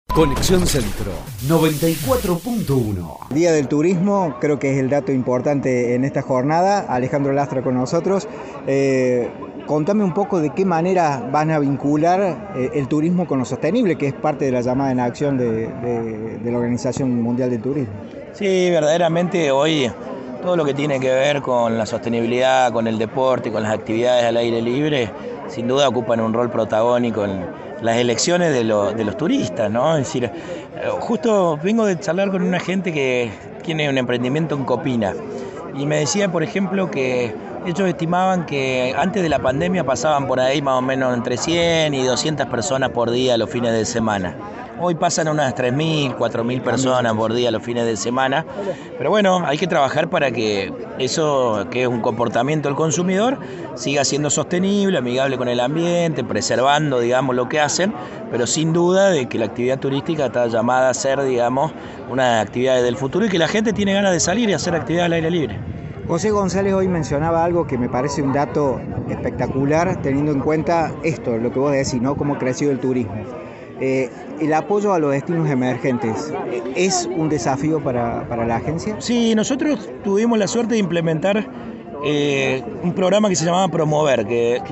Conexión Centro 94.1. Día del Turismo, creo que es el dato importante en esta jornada. Alejandro Lastra con nosotros. Contame un poco de qué manera van a vincular el turismo con lo sostenible, que es parte de la llamada en acción de la Organización Mundial del Turismo. Sí, verdaderamente hoy todo lo que tiene que ver con la sostenibilidad, con el deporte, con las actividades al aire libre, sin duda ocupan un rol protagónico en las elecciones de los turistas, ¿no? Es decir, justo vengo de charlar con una gente que tiene un emprendimiento en Copina y me decía, por ejemplo, que ellos estimaban que antes de la pandemia pasaban por ahí más o menos entre 100 y 200 personas por día los fines de semana. Hoy pasan unas 3.000, 4.000 personas por día los fines de semana. Pero bueno, hay que trabajar para que eso, que es un comportamiento del consumidor, siga siendo sostenible, amigable con el ambiente, preservando, digamos, lo que hacen, pero sin duda de que la actividad turística está llamada a ser, digamos, una actividad del futuro y que la gente tiene ganas de salir y hacer actividad al aire libre. José González hoy mencionaba algo que me parece un dato espectacular, teniendo en cuenta esto, lo que vos decís, ¿no? Cómo ha crecido el turismo. ¿El apoyo a los destinos emergentes es un desafío para la agencia? Sí, nosotros tuvimos la suerte de implementar un programa que se llamaba Promover, que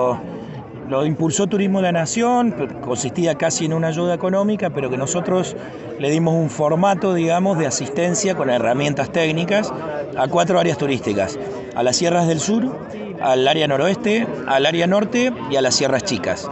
lo impulsó Turismo de la Nación, consistía casi en una ayuda económica, pero que nosotros le dimos un formato, digamos, de asistencia con herramientas técnicas a 4 áreas turísticas: a las Sierras del Sur, al área noroeste, al área norte y a las Sierras Chicas.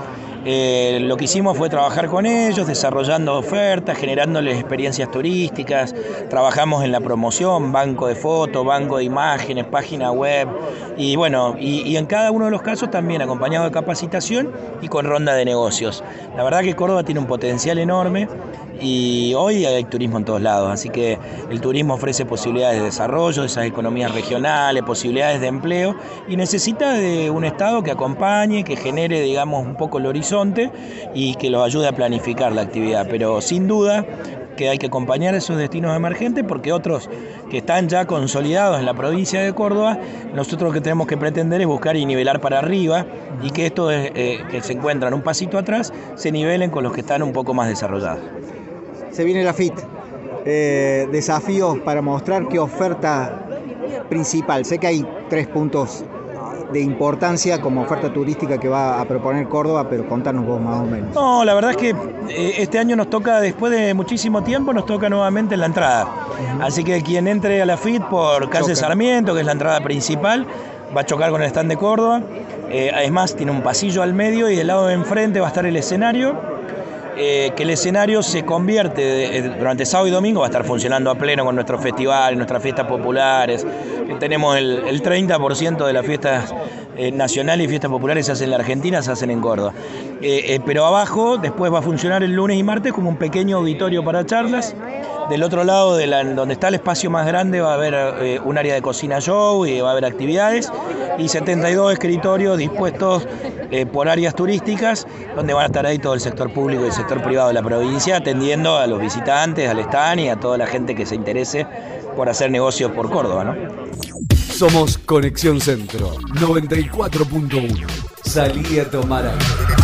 Lo que hicimos fue trabajar con ellos, desarrollando ofertas, generándoles experiencias turísticas, trabajamos en la promoción, banco de fotos, banco de imágenes, página web, y bueno, y en cada uno de los casos también acompañado de capacitación y con ronda de negocios. La verdad que Córdoba tiene un potencial enorme y hoy hay turismo en todos lados, así que el turismo ofrece posibilidades de desarrollo, de esas economías regionales, posibilidades de empleo, y necesita de un Estado que acompañe, que genere, digamos, un poco el horizonte y que los ayude a planificar la actividad, pero sin duda que hay que acompañar esos destinos emergentes porque otros que están ya consolidados en la provincia de Córdoba, nosotros lo que tenemos que pretender es buscar y nivelar para arriba y que estos que se encuentran un pasito atrás se nivelen con los que están un poco más desarrollados. Se viene la FIT, desafíos para mostrar qué oferta principal. Sé que hay 3 puntos de importancia como oferta turística que va a proponer Córdoba, pero contanos vos más o menos. No, la verdad es que este año nos toca, después de muchísimo tiempo, nos toca nuevamente en la entrada. Así que quien entre a la FIT por calle Sarmiento, que es la entrada principal, va a chocar con el stand de Córdoba. Además tiene un pasillo al medio y del lado de enfrente va a estar el escenario. Que el escenario se convierte durante sábado y domingo, va a estar funcionando a pleno con nuestros festivales, nuestras fiestas populares. Tenemos el 30% de las fiestas nacionales y fiestas populares se hacen en la Argentina, se hacen en Córdoba. Pero abajo después va a funcionar el lunes y martes como un pequeño auditorio para charlas. Del otro lado, donde está el espacio más grande, va a haber un área de cocina show y va a haber actividades y 72 escritorios dispuestos por áreas turísticas, donde van a estar ahí todo el sector público y el sector privado de la provincia, atendiendo a los visitantes, al stand y a toda la gente que se interese por hacer negocios por Córdoba, ¿no? Somos Conexión Centro 94.1. Salí a tomar aire.